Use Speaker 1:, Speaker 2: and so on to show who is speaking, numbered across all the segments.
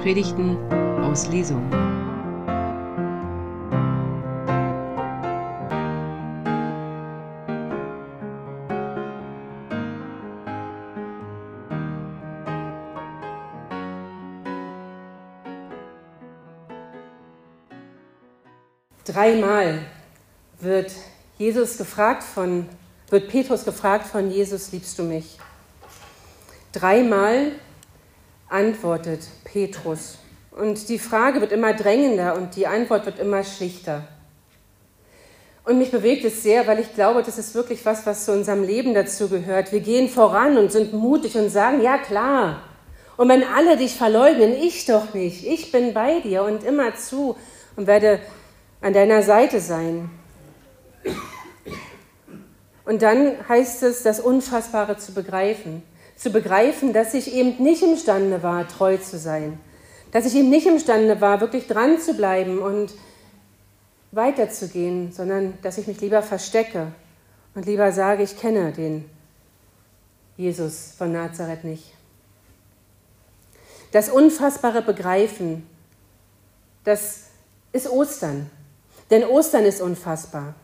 Speaker 1: Predigten aus Lesung.
Speaker 2: Dreimal wird Petrus gefragt von Jesus, liebst du mich? Dreimal antwortet Petrus. Und die Frage wird immer drängender und die Antwort wird immer schlichter. Und mich bewegt es sehr, weil ich glaube, das ist wirklich was zu unserem Leben dazu gehört. Wir gehen voran und sind mutig und sagen, ja klar. Und wenn alle dich verleugnen, ich doch nicht. Ich bin bei dir und immer zu und werde an deiner Seite sein. Und dann heißt es, das Unfassbare zu begreifen. Zu begreifen, dass ich eben nicht imstande war, treu zu sein. Dass ich eben nicht imstande war, wirklich dran zu bleiben und weiterzugehen, sondern dass ich mich lieber verstecke und lieber sage, ich kenne den Jesus von Nazareth nicht. Das unfassbare Begreifen, das ist Ostern. Denn Ostern ist unfassbar.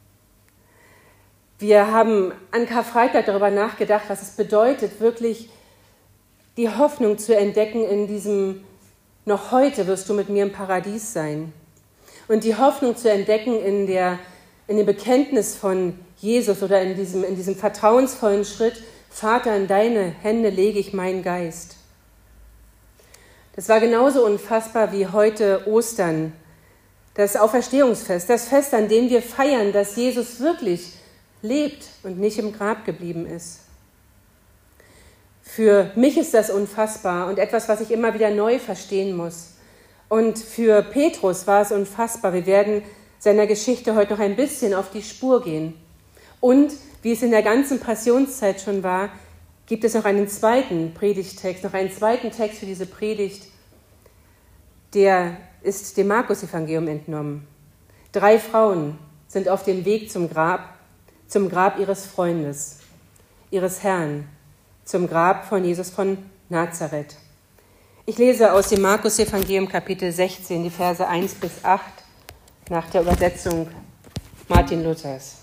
Speaker 2: Wir haben an Karfreitag darüber nachgedacht, was es bedeutet, wirklich die Hoffnung zu entdecken in diesem, noch heute wirst du mit mir im Paradies sein. Und die Hoffnung zu entdecken in dem Bekenntnis von Jesus oder in diesem vertrauensvollen Schritt, Vater, in deine Hände lege ich meinen Geist. Das war genauso unfassbar wie heute Ostern, das Auferstehungsfest, das Fest, an dem wir feiern, dass Jesus wirklich lebt und nicht im Grab geblieben ist. Für mich ist das unfassbar und etwas, was ich immer wieder neu verstehen muss. Und für Petrus war es unfassbar. Wir werden seiner Geschichte heute noch ein bisschen auf die Spur gehen. Und wie es in der ganzen Passionszeit schon war, gibt es noch einen zweiten Predigttext, noch einen zweiten Text für diese Predigt, der ist dem Markus-Evangelium entnommen. 3 Frauen sind auf dem Weg zum Grab ihres Freundes, ihres Herrn, zum Grab von Jesus von Nazareth. Ich lese aus dem Markus-Evangelium Kapitel 16, die Verse 1 bis 8, nach der Übersetzung Martin Luthers.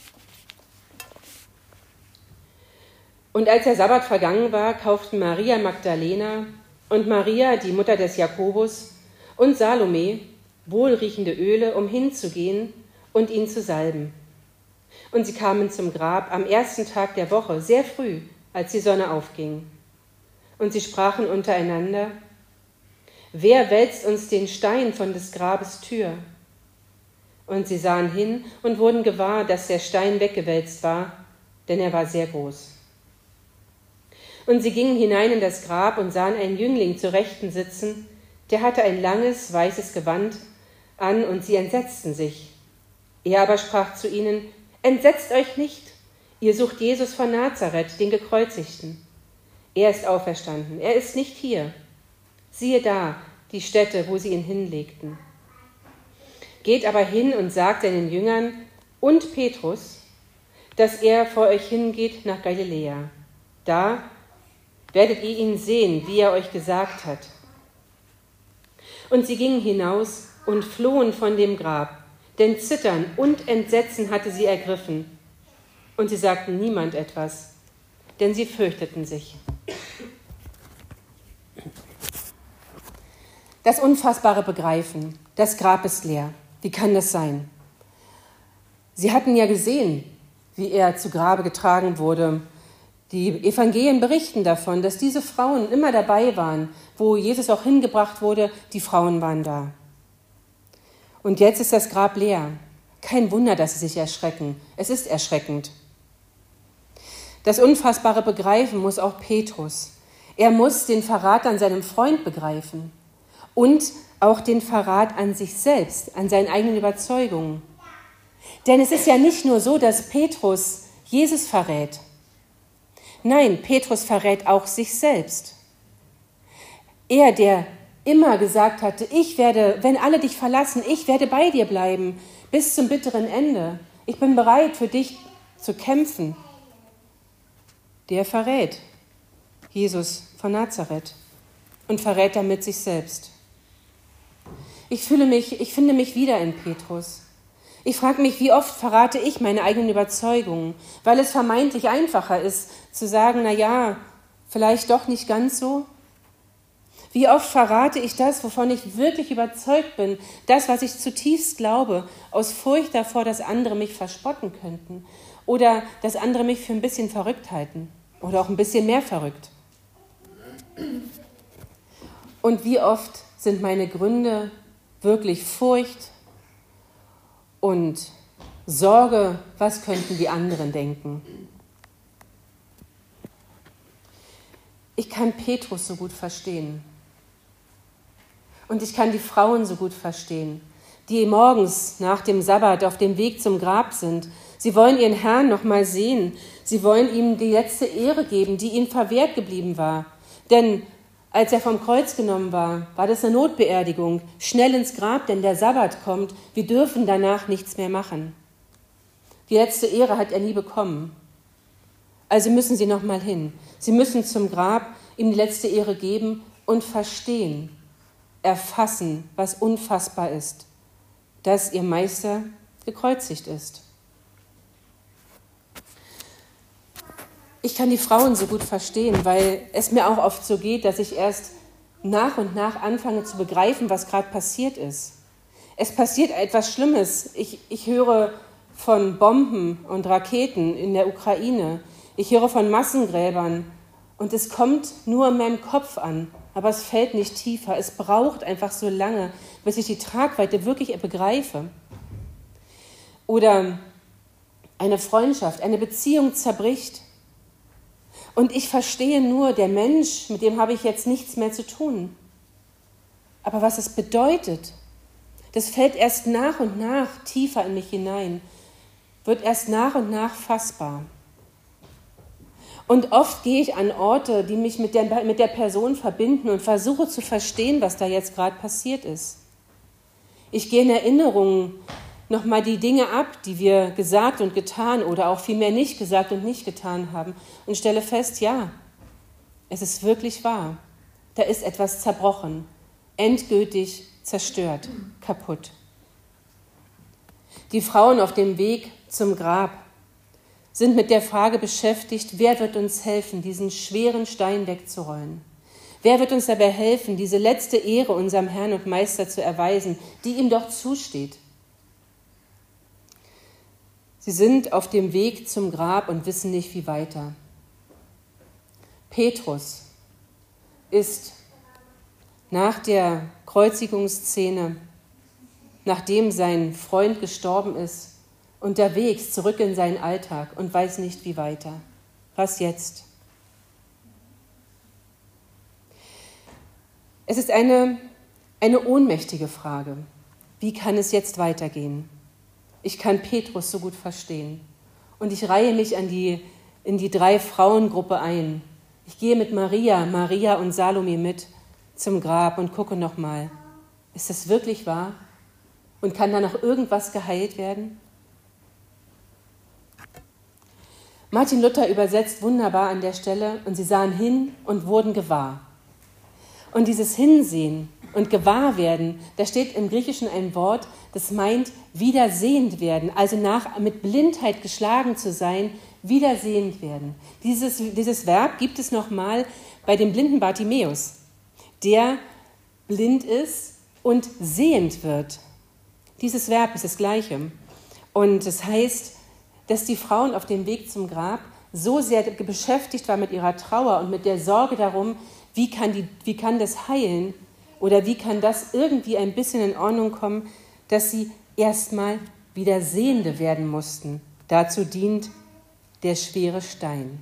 Speaker 2: Und als der Sabbat vergangen war, kauften Maria Magdalena und Maria, die Mutter des Jakobus, und Salome wohlriechende Öle, um hinzugehen und ihn zu salben. Und sie kamen zum Grab am ersten Tag der Woche, sehr früh, als die Sonne aufging. Und sie sprachen untereinander, wer wälzt uns den Stein von des Grabes Tür? Und sie sahen hin und wurden gewahr, dass der Stein weggewälzt war, denn er war sehr groß. Und sie gingen hinein in das Grab und sahen einen Jüngling zur Rechten sitzen, der hatte ein langes, weißes Gewand an und sie entsetzten sich. Er aber sprach zu ihnen, entsetzt euch nicht, ihr sucht Jesus von Nazareth, den Gekreuzigten. Er ist auferstanden, er ist nicht hier. Siehe da, die Stätte, wo sie ihn hinlegten. Geht aber hin und sagt den Jüngern und Petrus, dass er vor euch hingeht nach Galiläa. Da werdet ihr ihn sehen, wie er euch gesagt hat. Und sie gingen hinaus und flohen von dem Grab, denn Zittern und Entsetzen hatte sie ergriffen. Und sie sagten niemand etwas, denn sie fürchteten sich. Das unfassbare Begreifen, das Grab ist leer. Wie kann das sein? Sie hatten ja gesehen, wie er zu Grabe getragen wurde. Die Evangelien berichten davon, dass diese Frauen immer dabei waren, wo Jesus auch hingebracht wurde, die Frauen waren da. Und jetzt ist das Grab leer. Kein Wunder, dass sie sich erschrecken. Es ist erschreckend. Das unfassbare Begreifen muss auch Petrus. Er muss den Verrat an seinem Freund begreifen und auch den Verrat an sich selbst, an seinen eigenen Überzeugungen. Denn es ist ja nicht nur so, dass Petrus Jesus verrät. Nein, Petrus verrät auch sich selbst. Er, der immer gesagt hatte, ich werde, wenn alle dich verlassen, ich werde bei dir bleiben, bis zum bitteren Ende. Ich bin bereit, für dich zu kämpfen. Der verrät Jesus von Nazareth. und verrät damit sich selbst. Ich finde mich wieder in Petrus. Ich frage mich, wie oft verrate ich meine eigenen Überzeugungen, weil es vermeintlich einfacher ist, zu sagen, vielleicht doch nicht ganz so. Wie oft verrate ich das, wovon ich wirklich überzeugt bin, das, was ich zutiefst glaube, aus Furcht davor, dass andere mich verspotten könnten oder dass andere mich für ein bisschen verrückt halten oder auch ein bisschen mehr verrückt. Und wie oft sind meine Gründe wirklich Furcht und Sorge, was könnten die anderen denken? Ich kann Petrus so gut verstehen. Und ich kann die Frauen so gut verstehen, die morgens nach dem Sabbat auf dem Weg zum Grab sind. Sie wollen ihren Herrn noch mal sehen. Sie wollen ihm die letzte Ehre geben, die ihnen verwehrt geblieben war. Denn als er vom Kreuz genommen war, war das eine Notbeerdigung. Schnell ins Grab, denn der Sabbat kommt. Wir dürfen danach nichts mehr machen. Die letzte Ehre hat er nie bekommen. Also müssen sie noch mal hin. Sie müssen zum Grab ihm die letzte Ehre geben und verstehen, erfassen, was unfassbar ist, dass ihr Meister gekreuzigt ist. Ich kann die Frauen so gut verstehen, weil es mir auch oft so geht, dass ich erst nach und nach anfange zu begreifen, was gerade passiert ist. Es passiert etwas Schlimmes. Ich höre von Bomben und Raketen in der Ukraine. Ich höre von Massengräbern. Und es kommt nur in meinem Kopf an, aber es fällt nicht tiefer. Es braucht einfach so lange, bis ich die Tragweite wirklich begreife. Oder eine Freundschaft, eine Beziehung zerbricht. Und ich verstehe nur, der Mensch, mit dem habe ich jetzt nichts mehr zu tun. Aber was es bedeutet, das fällt erst nach und nach tiefer in mich hinein, wird erst nach und nach fassbar. Und oft gehe ich an Orte, die mich mit der Person verbinden und versuche zu verstehen, was da jetzt gerade passiert ist. Ich gehe in Erinnerungen nochmal die Dinge ab, die wir gesagt und getan oder auch vielmehr nicht gesagt und nicht getan haben und stelle fest, ja, es ist wirklich wahr. Da ist etwas zerbrochen, endgültig zerstört, kaputt. Die Frauen auf dem Weg zum Grab sind mit der Frage beschäftigt, wer wird uns helfen, diesen schweren Stein wegzurollen? Wer wird uns dabei helfen, diese letzte Ehre unserem Herrn und Meister zu erweisen, die ihm doch zusteht? Sie sind auf dem Weg zum Grab und wissen nicht, wie weiter. Petrus ist nach der Kreuzigungsszene, nachdem sein Freund gestorben ist, unterwegs zurück in seinen Alltag und weiß nicht, wie weiter. Was jetzt? Es ist eine ohnmächtige Frage. Wie kann es jetzt weitergehen? Ich kann Petrus so gut verstehen. Und ich reihe mich in die 3 Frauengruppe ein. Ich gehe mit Maria und Salome mit zum Grab und gucke nochmal. Ist das wirklich wahr? Und kann da noch irgendwas geheilt werden? Martin Luther übersetzt wunderbar an der Stelle, und sie sahen hin und wurden gewahr. Und dieses Hinsehen und Gewahrwerden, da steht im Griechischen ein Wort, das meint wiedersehend werden, also mit Blindheit geschlagen zu sein, wiedersehend werden. Dieses Verb gibt es nochmal bei dem blinden Bartimäus, der blind ist und sehend wird. Dieses Verb ist das Gleiche. Und das heißt, dass die Frauen auf dem Weg zum Grab so sehr beschäftigt waren mit ihrer Trauer und mit der Sorge darum, wie kann das heilen oder wie kann das irgendwie ein bisschen in Ordnung kommen, dass sie erstmal wieder Sehende werden mussten. Dazu dient der schwere Stein.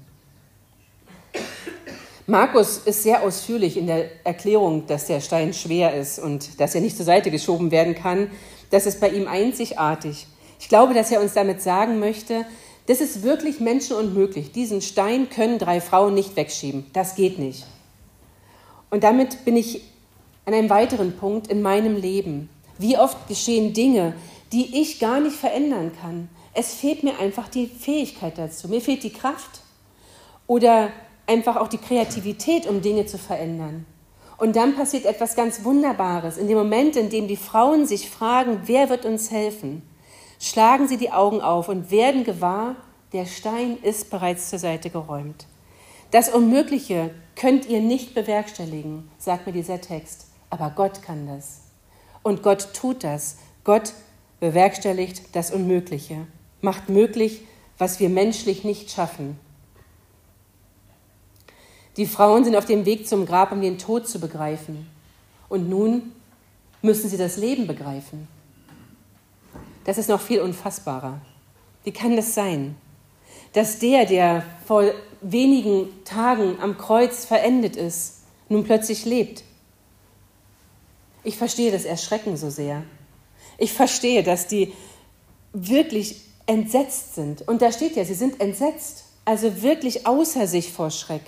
Speaker 2: Markus ist sehr ausführlich in der Erklärung, dass der Stein schwer ist und dass er nicht zur Seite geschoben werden kann. Das ist bei ihm einzigartig. Ich glaube, dass er uns damit sagen möchte, das ist wirklich menschenunmöglich. Diesen Stein können 3 Frauen nicht wegschieben. Das geht nicht. Und damit bin ich an einem weiteren Punkt in meinem Leben. Wie oft geschehen Dinge, die ich gar nicht verändern kann. Es fehlt mir einfach die Fähigkeit dazu. Mir fehlt die Kraft oder einfach auch die Kreativität, um Dinge zu verändern. Und dann passiert etwas ganz Wunderbares. In dem Moment, in dem die Frauen sich fragen, wer wird uns helfen, schlagen sie die Augen auf und werden gewahr, der Stein ist bereits zur Seite geräumt. Das Unmögliche könnt ihr nicht bewerkstelligen, sagt mir dieser Text. Aber Gott kann das. Und Gott tut das. Gott bewerkstelligt das Unmögliche, macht möglich, was wir menschlich nicht schaffen. Die Frauen sind auf dem Weg zum Grab, um den Tod zu begreifen. Und nun müssen sie das Leben begreifen. Das ist noch viel unfassbarer. Wie kann das sein, dass der vor wenigen Tagen am Kreuz verendet ist, nun plötzlich lebt? Ich verstehe das Erschrecken so sehr. Ich verstehe, dass die wirklich entsetzt sind. Und da steht ja, sie sind entsetzt, also wirklich außer sich vor Schreck.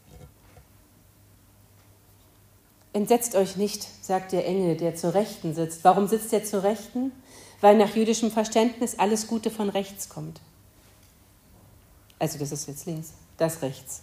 Speaker 2: Entsetzt euch nicht, sagt der Engel, der zur Rechten sitzt. Warum sitzt er zur Rechten? Weil nach jüdischem Verständnis alles Gute von rechts kommt. Also das ist jetzt links, das rechts.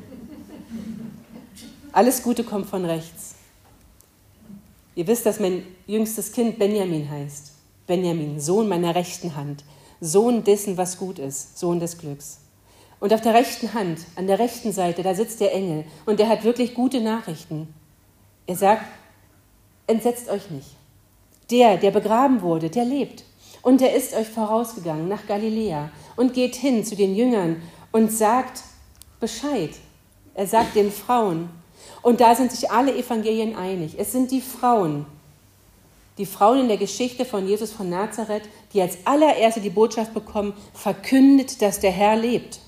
Speaker 2: Alles Gute kommt von rechts. Ihr wisst, dass mein jüngstes Kind Benjamin heißt. Benjamin, Sohn meiner rechten Hand. Sohn dessen, was gut ist. Sohn des Glücks. Und auf der rechten Hand, an der rechten Seite, da sitzt der Engel. Und der hat wirklich gute Nachrichten. Er sagt, entsetzt euch nicht. Der begraben wurde, der lebt. Und der ist euch vorausgegangen nach Galiläa und geht hin zu den Jüngern und sagt Bescheid. Er sagt den Frauen. Und da sind sich alle Evangelien einig. Es sind die Frauen in der Geschichte von Jesus von Nazareth, die als allererste die Botschaft bekommen, verkündet, dass der Herr lebt.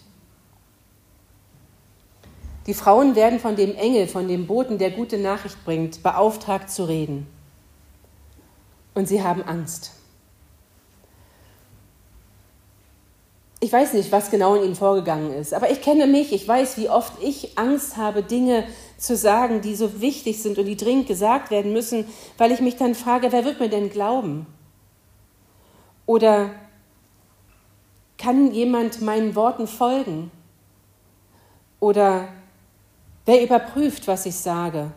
Speaker 2: Die Frauen werden von dem Engel, von dem Boten, der gute Nachricht bringt, beauftragt zu reden. Und sie haben Angst. Ich weiß nicht, was genau in ihnen vorgegangen ist, aber ich kenne mich, ich weiß, wie oft ich Angst habe, Dinge zu sagen, die so wichtig sind und die dringend gesagt werden müssen, weil ich mich dann frage, wer wird mir denn glauben? Oder kann jemand meinen Worten folgen? Oder wer überprüft, was ich sage?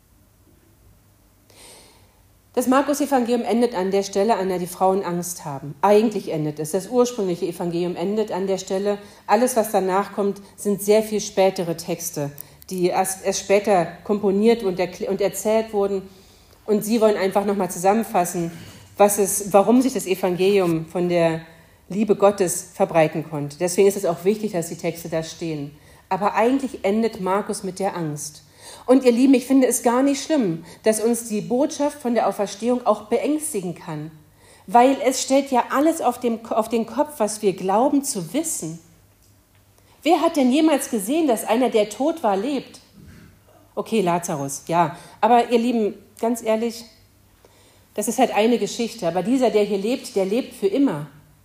Speaker 2: Das Markus-Evangelium endet an der Stelle, an der die Frauen Angst haben. Eigentlich endet es. Das ursprüngliche Evangelium endet an der Stelle. Alles, was danach kommt, sind sehr viel spätere Texte, die erst später komponiert und erzählt wurden. Und sie wollen einfach nochmal zusammenfassen, warum sich das Evangelium von der Liebe Gottes verbreiten konnte. Deswegen ist es auch wichtig, dass die Texte da stehen. Aber eigentlich endet Markus mit der Angst. Und ihr Lieben, ich finde es gar nicht schlimm, dass uns die Botschaft von der Auferstehung auch beängstigen kann. Weil es stellt ja alles auf den Kopf, was wir glauben zu wissen. Wer hat denn jemals gesehen, dass einer, der tot war, lebt? Okay, Lazarus, ja. Aber ihr Lieben, ganz ehrlich, das ist halt eine Geschichte. Aber dieser, der hier lebt, der lebt für immer.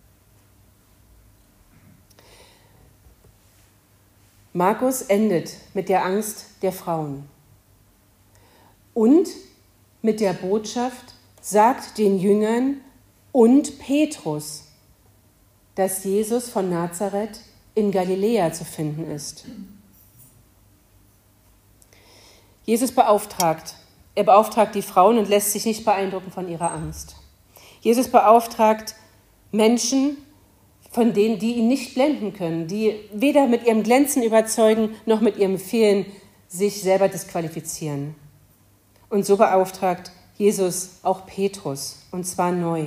Speaker 2: Markus endet mit der Angst der Frauen und mit der Botschaft, sagt den Jüngern und Petrus, dass Jesus von Nazareth in Galiläa zu finden ist. Jesus beauftragt die Frauen und lässt sich nicht beeindrucken von ihrer Angst. Jesus beauftragt Menschen, von denen, die ihn nicht blenden können, die weder mit ihrem Glänzen überzeugen, noch mit ihrem Fehlen sich selber disqualifizieren. Und so beauftragt Jesus auch Petrus, und zwar neu.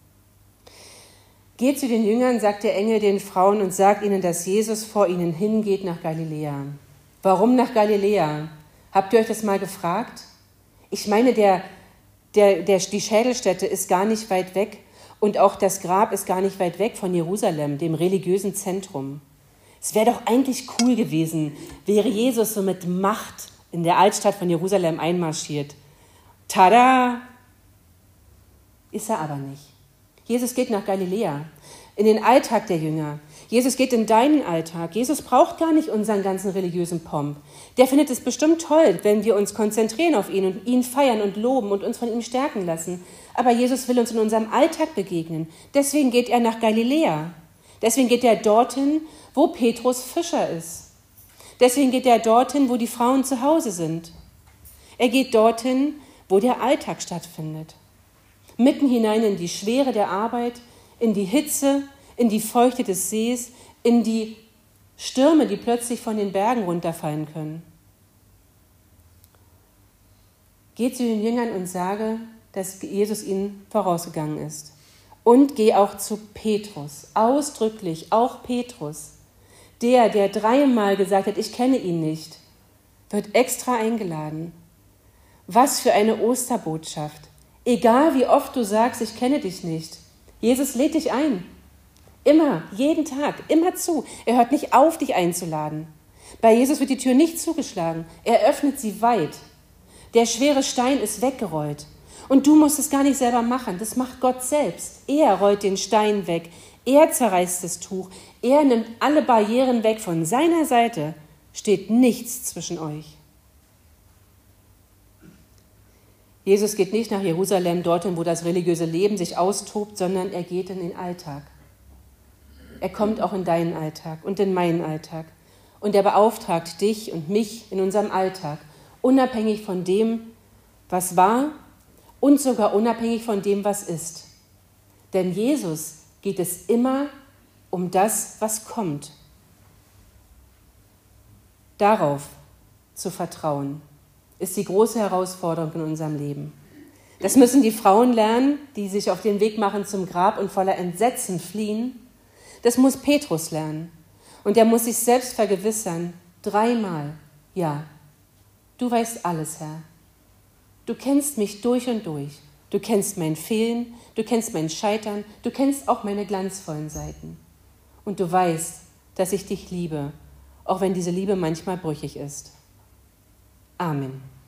Speaker 2: Geht zu den Jüngern, sagt der Engel den Frauen, und sagt ihnen, dass Jesus vor ihnen hingeht nach Galiläa. Warum nach Galiläa? Habt ihr euch das mal gefragt? Ich meine, die Schädelstätte ist gar nicht weit weg. Und auch das Grab ist gar nicht weit weg von Jerusalem, dem religiösen Zentrum. Es wäre doch eigentlich cool gewesen, wäre Jesus so mit Macht in der Altstadt von Jerusalem einmarschiert. Tada! Ist er aber nicht. Jesus geht nach Galiläa, in den Alltag der Jünger. Jesus geht in deinen Alltag. Jesus braucht gar nicht unseren ganzen religiösen Pomp. Der findet es bestimmt toll, wenn wir uns konzentrieren auf ihn und ihn feiern und loben und uns von ihm stärken lassen. Aber Jesus will uns in unserem Alltag begegnen. Deswegen geht er nach Galiläa. Deswegen geht er dorthin, wo Petrus Fischer ist. Deswegen geht er dorthin, wo die Frauen zu Hause sind. Er geht dorthin, wo der Alltag stattfindet. Mitten hinein in die Schwere der Arbeit, in die Hitze, in die Feuchte des Sees, in die Stürme, die plötzlich von den Bergen runterfallen können. Geh zu den Jüngern und sage, dass Jesus ihnen vorausgegangen ist. Und geh auch zu Petrus, ausdrücklich, auch Petrus. Der 3-mal gesagt hat, ich kenne ihn nicht, wird extra eingeladen. Was für eine Osterbotschaft. Egal wie oft du sagst, ich kenne dich nicht. Jesus lädt dich ein. Immer, jeden Tag, immer zu. Er hört nicht auf, dich einzuladen. Bei Jesus wird die Tür nicht zugeschlagen. Er öffnet sie weit. Der schwere Stein ist weggerollt. Und du musst es gar nicht selber machen. Das macht Gott selbst. Er rollt den Stein weg. Er zerreißt das Tuch. Er nimmt alle Barrieren weg. Von seiner Seite steht nichts zwischen euch. Jesus geht nicht nach Jerusalem, dorthin, wo das religiöse Leben sich austobt, sondern er geht in den Alltag. Er kommt auch in deinen Alltag und in meinen Alltag. Und er beauftragt dich und mich in unserem Alltag, unabhängig von dem, was war und sogar unabhängig von dem, was ist. Denn Jesus geht es immer um das, was kommt. Darauf zu vertrauen, ist die große Herausforderung in unserem Leben. Das müssen die Frauen lernen, die sich auf den Weg machen zum Grab und voller Entsetzen fliehen. Das muss Petrus lernen. Und er muss sich selbst vergewissern, 3-mal, ja, du weißt alles, Herr. Du kennst mich durch und durch. Du kennst mein Fehlen, du kennst mein Scheitern, du kennst auch meine glanzvollen Seiten. Und du weißt, dass ich dich liebe, auch wenn diese Liebe manchmal brüchig ist. Amen.